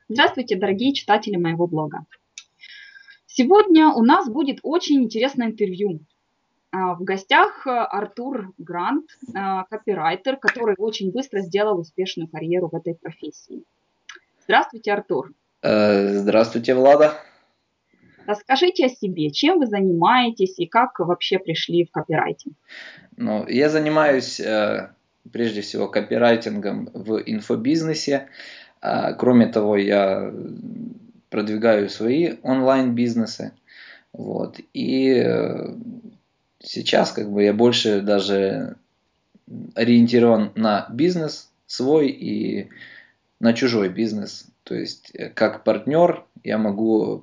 Здравствуйте, дорогие читатели моего блога. Сегодня у нас будет очень интересное интервью. В гостях Артур Грант, копирайтер, который очень быстро сделал успешную карьеру в этой профессии. Здравствуйте, Артур. Здравствуйте, Влада. Расскажите о себе, чем вы занимаетесь и как вообще пришли в копирайтинг. Я занимаюсь прежде всего копирайтингом в инфобизнесе. Кроме того, я продвигаю свои онлайн-бизнесы. И сейчас я больше даже ориентирован на бизнес свой и на чужой бизнес. То есть как партнер я могу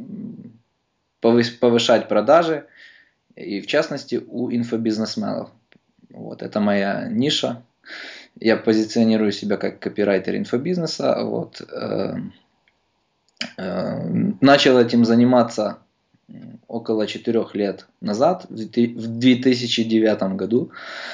повышать продажи, и в частности у инфобизнесменов. Это моя ниша. Я позиционирую себя как копирайтер инфобизнеса. Начал этим заниматься около 4 лет назад, в 2009 году.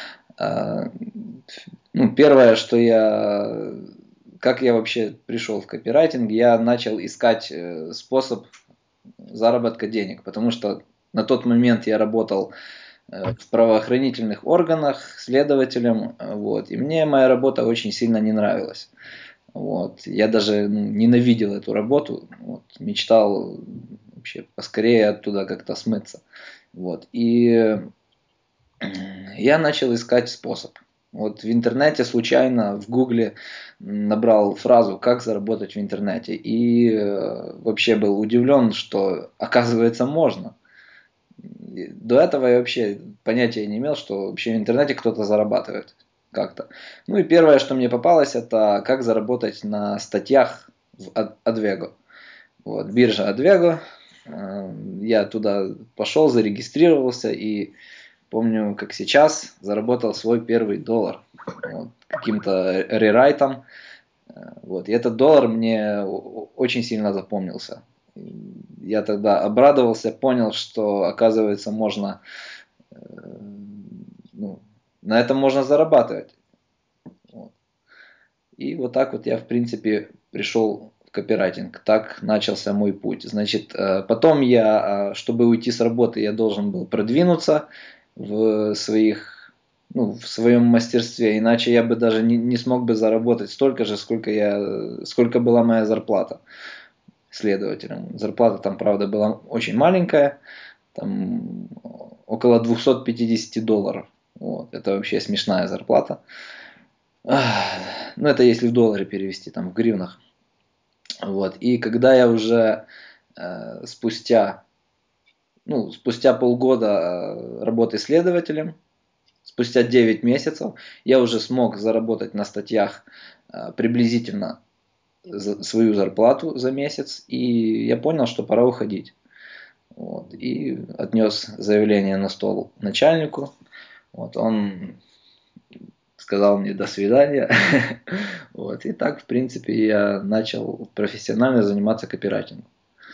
Первое, как я вообще пришел в копирайтинг, я начал искать способ заработка денег, потому что на тот момент я работал в правоохранительных органах следователем, и мне моя работа очень сильно не нравилась. Я даже ненавидел эту работу, мечтал вообще поскорее оттуда как-то смыться. И я начал искать способ. В интернете случайно в Гугле набрал фразу «как заработать в интернете» и вообще был удивлен, что оказывается можно. До этого я вообще понятия не имел, что вообще в интернете кто-то зарабатывает как-то. И первое, что мне попалось, это как заработать на статьях в Advego. Биржа Advego. Я туда пошел, зарегистрировался и помню, как сейчас, заработал свой первый доллар каким-то рерайтом. И этот доллар мне очень сильно запомнился. Я тогда обрадовался, понял, что, оказывается, можно на этом можно зарабатывать. И так я, в принципе, пришел в копирайтинг. Так начался мой путь. Значит, потом я, чтобы уйти с работы, я должен был продвинуться в своем мастерстве, иначе я бы даже не смог бы заработать столько же, сколько была моя зарплата следователем. Зарплата там, правда, была очень маленькая, там около $250. Это вообще смешная зарплата. Это если в доллары перевести, там в гривнах. И когда я уже спустя полгода работы следователем, спустя 9 месяцев, я уже смог заработать на статьях приблизительно свою зарплату за месяц, и я понял, что пора уходить. И отнес заявление на стол начальнику. Он сказал мне до свидания. И так, в принципе, я начал профессионально заниматься копирайтингом.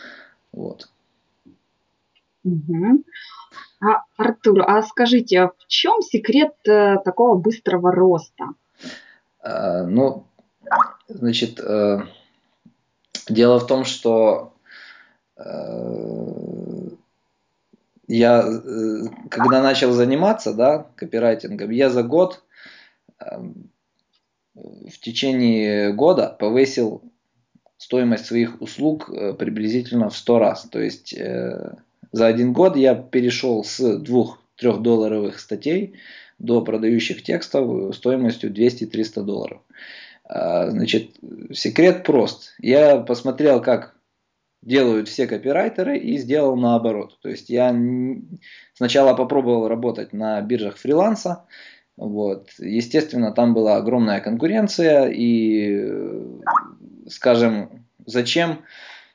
Мгм. Артур, а скажите, в чем секрет такого быстрого роста? Значит, дело в том, что я, когда начал заниматься, копирайтингом, я за год, в течение года повысил стоимость своих услуг приблизительно в 100 раз. То есть за один год я перешел с 2-3 долларовых статей до продающих текстов стоимостью $200-300. Значит, секрет прост. Я посмотрел, как делают все копирайтеры, и сделал наоборот. То есть я сначала попробовал работать на биржах фриланса. Естественно, там была огромная конкуренция, и, скажем, зачем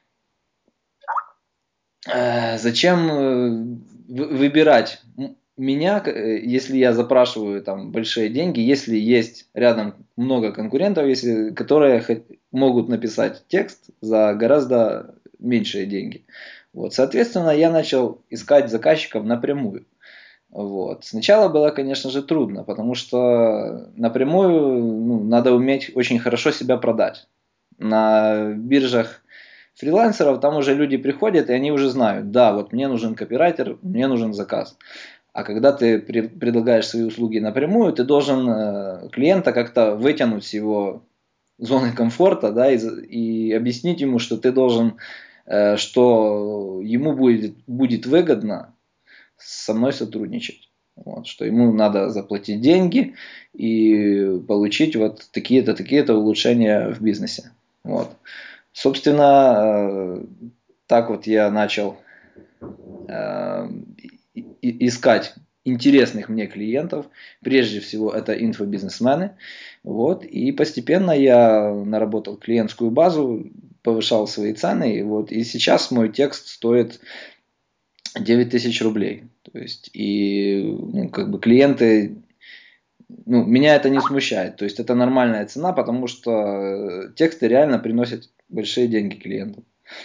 выбирать меня, если я запрашиваю там большие деньги, если есть рядом много конкурентов, которые могут написать текст за гораздо меньшие деньги. Соответственно, я начал искать заказчиков напрямую. Сначала было, конечно же, трудно, потому что напрямую надо уметь очень хорошо себя продать. на биржах фрилансеров, там уже люди приходят, и они уже знают, да, вот мне нужен копирайтер, мне нужен заказ. А когда ты предлагаешь свои услуги напрямую, ты должен клиента как-то вытянуть с его зоны комфорта, да, и объяснить ему, что ты должен, что ему будет выгодно со мной сотрудничать. Вот, что ему надо заплатить деньги и получить вот такие-то, такие-то улучшения в бизнесе. Вот. Собственно, так вот я начал искать интересных мне клиентов. Прежде всего, это инфобизнесмены. Вот. И постепенно я наработал клиентскую базу, повышал свои цены. Вот. И сейчас мой текст стоит 9000 рублей. То есть, и ну, как бы клиенты, ну, меня это не смущает. То есть, это нормальная цена, потому что тексты реально приносят большие деньги клиентам.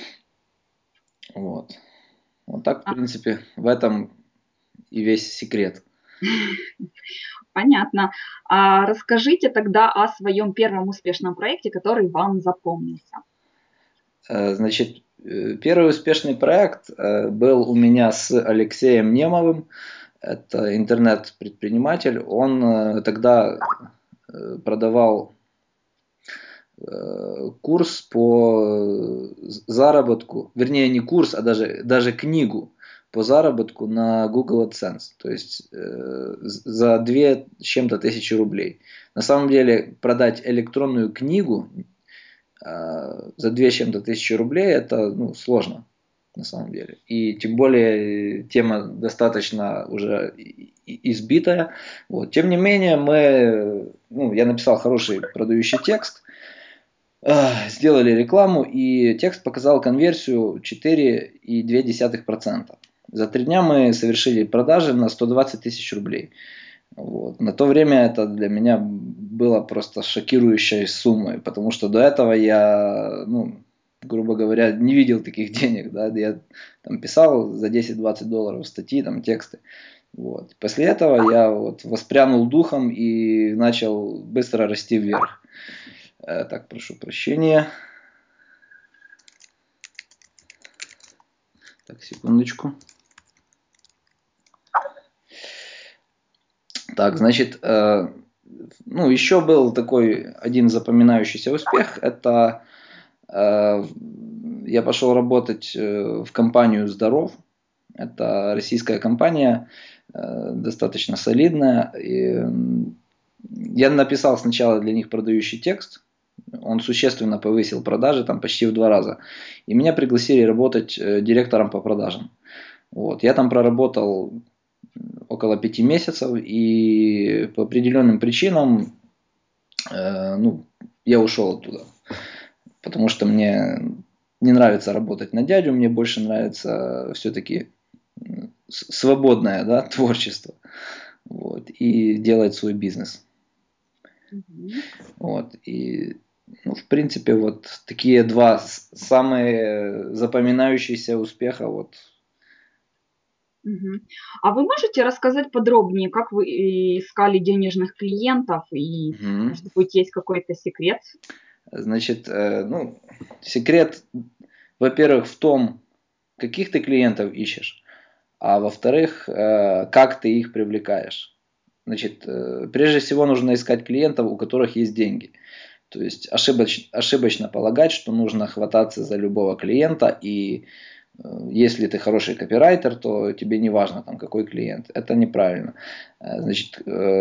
Вот. Вот так, в принципе, в этом и весь секрет. Понятно. А расскажите тогда о своем первом успешном проекте, который вам запомнился. Значит, первый успешный проект был у меня с Алексеем Немовым. Это интернет-предприниматель. Он тогда продавал курс по заработку, вернее не курс, а даже книгу по заработку на Google AdSense. То есть за 2 с чем-то тысячи рублей. На самом деле продать электронную книгу за 2 с чем-то тысячи рублей это ну, сложно на самом деле. И тем более тема достаточно уже избитая. Вот. Тем не менее, я написал хороший продающий текст, сделали рекламу, и текст показал конверсию 4,2%. За 3 дня мы совершили продажи на 120 тысяч рублей. Вот. На то время это для меня было просто шокирующей суммой, потому что до этого я, грубо говоря, не видел таких денег. Да? Я там писал за 10-20 долларов статьи, там, тексты. Вот. После этого я вот воспрянул духом и начал быстро расти вверх. Так, прошу прощения. Так, секундочку. Так, значит, еще был такой один запоминающийся успех. Это я пошел работать в компанию «Здоров». Это российская компания, достаточно солидная. И я написал сначала для них продающий текст. Он существенно повысил продажи, там почти в 2 раза. И меня пригласили работать директором по продажам. Вот. Я там проработал около 5 месяцев, и по определенным причинам я ушел оттуда. Потому что мне не нравится работать на дядю, мне больше нравится все-таки свободное, да, творчество. Вот, и делать свой бизнес. Вот, и в принципе, вот такие 2 самые запоминающиеся успеха. Вот. А вы можете рассказать подробнее, как вы искали денежных клиентов и, может быть, есть какой-то секрет? Значит, секрет, во-первых, в том, каких ты клиентов ищешь, а во-вторых, как ты их привлекаешь. Значит, прежде всего нужно искать клиентов, у которых есть деньги. То есть ошибочно полагать, что нужно хвататься за любого клиента, и если ты хороший копирайтер, то тебе не важно, там, какой клиент. Это неправильно. Значит,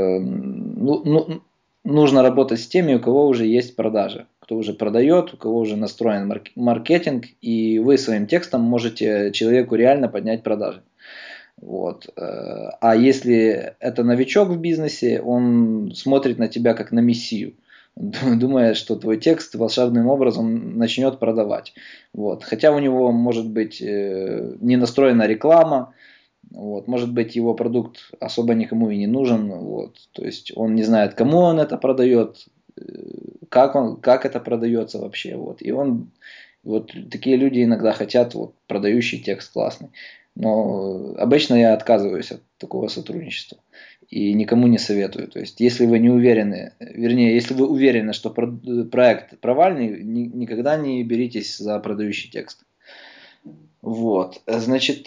нужно работать с теми, у кого уже есть продажи, кто уже продает, у кого уже настроен маркетинг, и вы своим текстом можете человеку реально поднять продажи. Вот. А если это новичок в бизнесе, он смотрит на тебя как на мессию, думая, что твой текст волшебным образом начнет продавать. Вот. Хотя у него может быть не настроена реклама, вот. Может быть его продукт особо никому и не нужен. Вот. То есть он не знает, кому он это продает, как это продается вообще. Вот. И вот такие люди иногда хотят продающий текст классный. Но обычно я отказываюсь от такого сотрудничества. и никому не советую. То есть, если вы не уверены, вернее, если вы уверены, что проект провальный, никогда не беритесь за продающий текст. Вот, значит,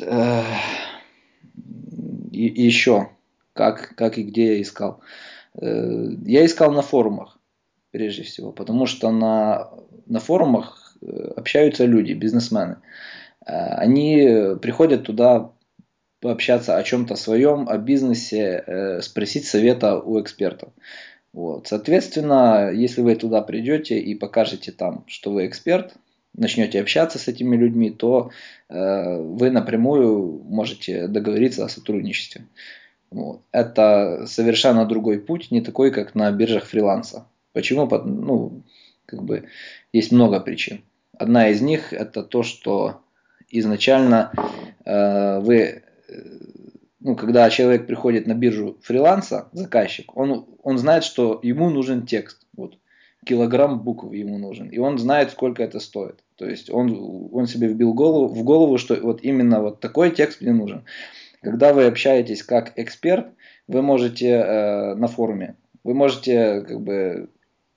еще, как и где я искал. Я искал на форумах, прежде всего, потому что на форумах общаются люди, бизнесмены. Они приходят туда пообщаться о чем-то своем, о бизнесе, спросить совета у экспертов. Вот. Соответственно, если вы туда придете и покажете там, что вы эксперт, начнете общаться с этими людьми, то вы напрямую можете договориться о сотрудничестве. Вот. Это совершенно другой путь, не такой, как на биржах фриланса. Почему? Ну, как бы есть много причин. Одна из них это то, что изначально вы, ну, когда человек приходит на биржу фриланса, заказчик, он знает, что ему нужен текст. Вот, килограмм букв ему нужен. И он знает, сколько это стоит. То есть он себе вбил в голову, что вот именно вот такой текст мне нужен. Когда вы общаетесь как эксперт, вы можете на форуме, вы можете как бы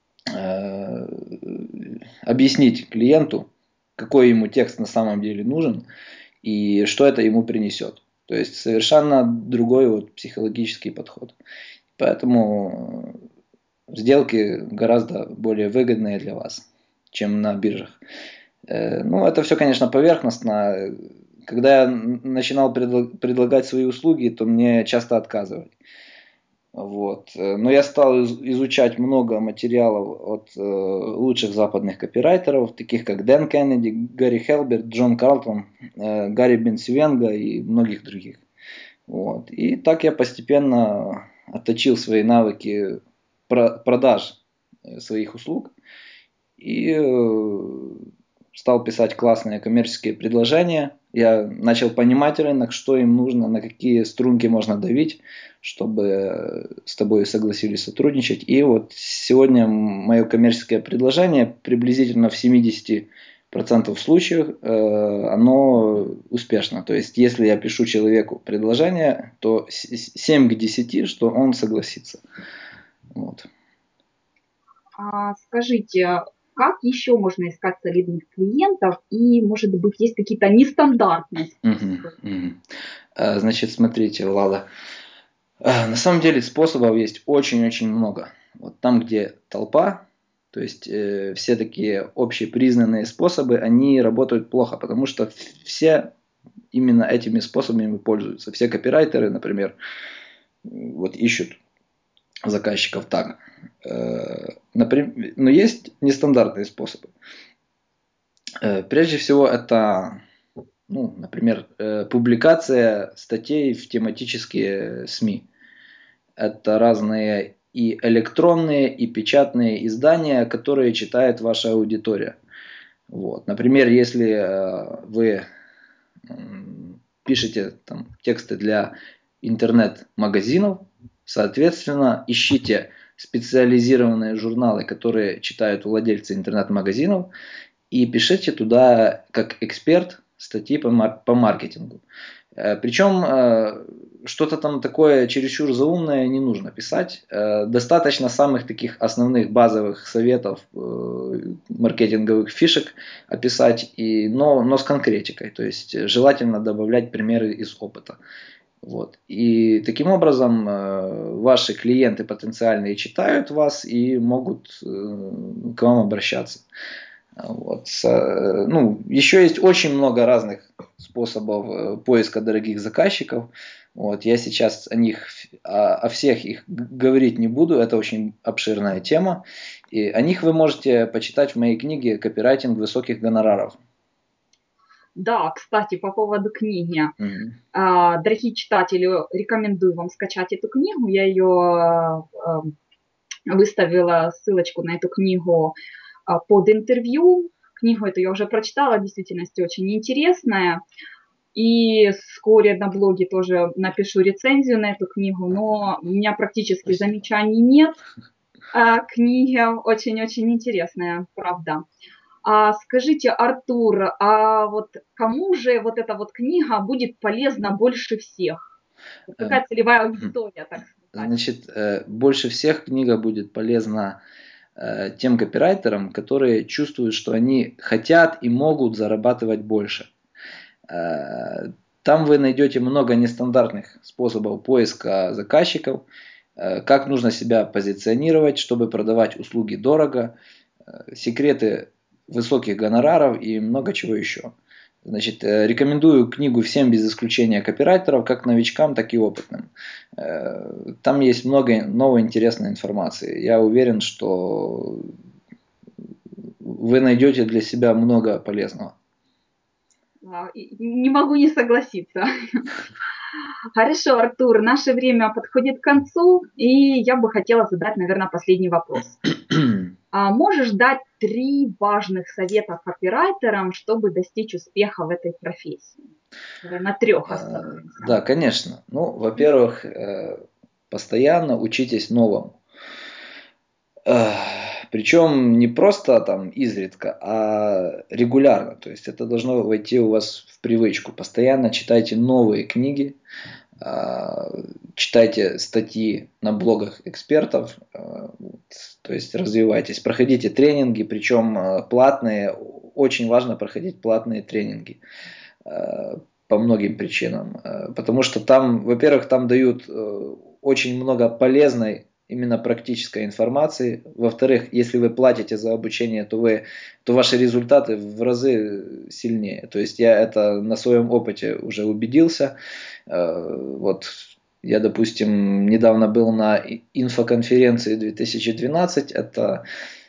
объяснить клиенту, какой ему текст на самом деле нужен и что это ему принесет. То есть совершенно другой вот психологический подход. Поэтому сделки гораздо более выгодные для вас, чем на биржах. Ну, это все, конечно, поверхностно. Когда я начинал предлагать свои услуги, то мне часто отказывали. Вот. Но я стал изучать много материалов от лучших западных копирайтеров, таких как Дэн Кеннеди, Гарри Хелберт, Джон Карлтон, Гарри Бенсивенга и многих других. Вот. И так я постепенно отточил свои навыки продаж своих услуг и стал писать классные коммерческие предложения. Я начал понимать рынок, что им нужно, на какие струнки можно давить, чтобы с тобой согласились сотрудничать. И вот сегодня мое коммерческое предложение приблизительно в 70% случаев оно успешно. То есть, если я пишу человеку предложение, то 7 к 10, что он согласится. Вот. Скажите, как еще можно искать солидных клиентов и, может быть, есть какие-то нестандартные способы? Значит, смотрите, Влада. На самом деле способов есть очень-очень много. Вот там, где толпа, то есть все такие общепризнанные способы, они работают плохо, потому что все именно этими способами пользуются. Все копирайтеры, например, вот ищут заказчиков так. Например, но есть нестандартные способы. Прежде всего, это, ну, например, публикация статей в тематические СМИ. Это разные и электронные, и печатные издания, которые читает ваша аудитория. Вот. Например, если вы пишете там, тексты для интернет-магазинов, соответственно, ищите специализированные журналы, которые читают владельцы интернет-магазинов, и пишите туда как эксперт статьи по маркетингу. Причем что-то там такое чересчур заумное не нужно писать. Достаточно самых таких основных базовых советов, маркетинговых фишек описать, но с конкретикой. То есть желательно добавлять примеры из опыта. Вот. И таким образом ваши клиенты потенциальные читают вас и могут к вам обращаться. Вот. Ну, еще есть очень много разных способов поиска дорогих заказчиков. Вот. Я сейчас о всех их говорить не буду, это очень обширная тема. И о них вы можете почитать в моей книге «Копирайтинг высоких гонораров». Да, кстати, по поводу книги. Угу. Дорогие читатели, рекомендую вам скачать эту книгу. Я ее выставила ссылочку на эту книгу под интервью. Книгу эту я уже прочитала, в действительности очень интересная. И вскоре на блоге тоже напишу рецензию на эту книгу, но у меня практически замечаний нет. Книга очень-очень интересная, правда. Скажите, Артур, вот кому же вот эта вот книга будет полезна больше всех? Какая целевая аудитория, так сказать? Значит, больше всех книга будет полезна тем копирайтерам, которые чувствуют, что они хотят и могут зарабатывать больше. Там вы найдете много нестандартных способов поиска заказчиков, как нужно себя позиционировать, чтобы продавать услуги дорого, секреты высоких гонораров и много чего еще. Значит, рекомендую книгу всем без исключения копирайтеров, как новичкам, так и опытным. Там есть много новой интересной информации. Я уверен, что вы найдете для себя много полезного. Не могу не согласиться. Хорошо, Артур, наше время подходит к концу, и я бы хотела задать, наверное, последний вопрос. Можешь дать 3 важных совета копирайтерам, чтобы достичь успеха в этой профессии? Давай на 3 остановимся. Да, конечно. Ну, во-первых, постоянно учитесь новому. Причем не просто там изредка, а регулярно. То есть это должно войти у вас в привычку. Постоянно читайте новые книги, читайте статьи на блогах экспертов, то есть развивайтесь, проходите тренинги, причем платные, очень важно проходить платные тренинги по многим причинам, потому что там, во-первых, там дают очень много полезной именно практической информации. Во-вторых, если вы платите за обучение, то ваши результаты в разы сильнее. То есть я это на своем опыте уже убедился. Вот я, допустим, недавно был на инфоконференции 2012. Это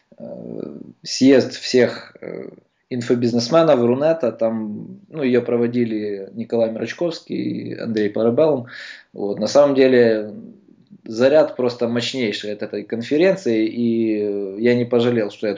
съезд всех инфобизнесменов Рунета. Там, ее проводили Николай Мрачковский и Андрей Парабеллум. Вот. На самом деле заряд просто мощнейший от этой конференции, и я не пожалел, что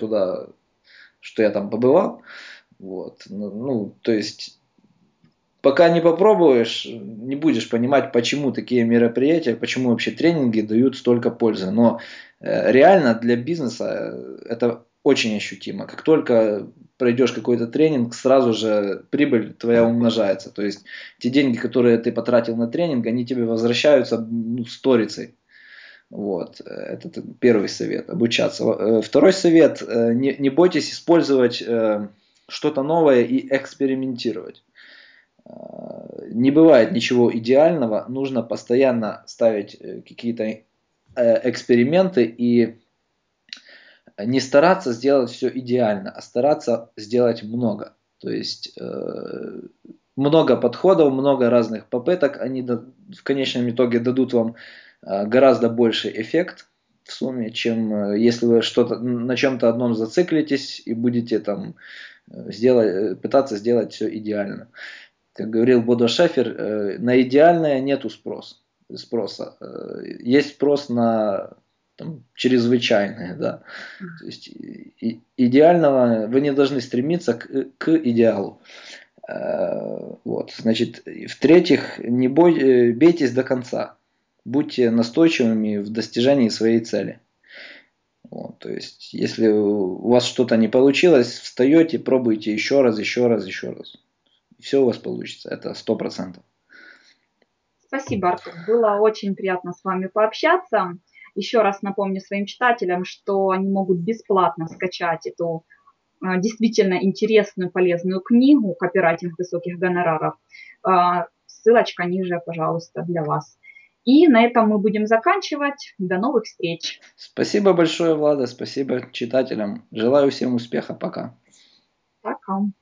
я там побывал. Вот. То есть, пока не попробуешь, не будешь понимать, почему такие мероприятия, почему вообще тренинги дают столько пользы. Но реально для бизнеса это очень ощутимо. Как только пройдешь какой-то тренинг, сразу же прибыль твоя умножается. То есть те деньги, которые ты потратил на тренинг, они тебе возвращаются сторицей. Вот, это первый совет, обучаться. Второй совет, не бойтесь использовать что-то новое и экспериментировать. Не бывает ничего идеального, нужно постоянно ставить какие-то эксперименты и не стараться сделать все идеально, а стараться сделать много. То есть много подходов, много разных попыток, они в конечном итоге дадут вам гораздо больший эффект в сумме, чем если вы на чем-то одном зациклитесь и будете там пытаться сделать все идеально. Как говорил Бодо Шефер, на идеальное нету спроса. Есть спрос на чрезвычайное, да. То есть идеального вы не должны стремиться к идеалу. Вот, значит, в-третьих, бейтесь до конца. Будьте настойчивыми в достижении своей цели. Вот, то есть, если у вас что-то не получилось, встаете, пробуйте еще раз. Все у вас получится, это 100%. Спасибо, Артур. Было очень приятно с вами пообщаться. Еще раз напомню своим читателям, что они могут бесплатно скачать эту действительно интересную, полезную книгу «Копирайтинг высоких гонораров». Ссылочка ниже, пожалуйста, для вас. И на этом мы будем заканчивать. До новых встреч. Спасибо большое, Влада. Спасибо читателям. Желаю всем успеха. Пока. Пока.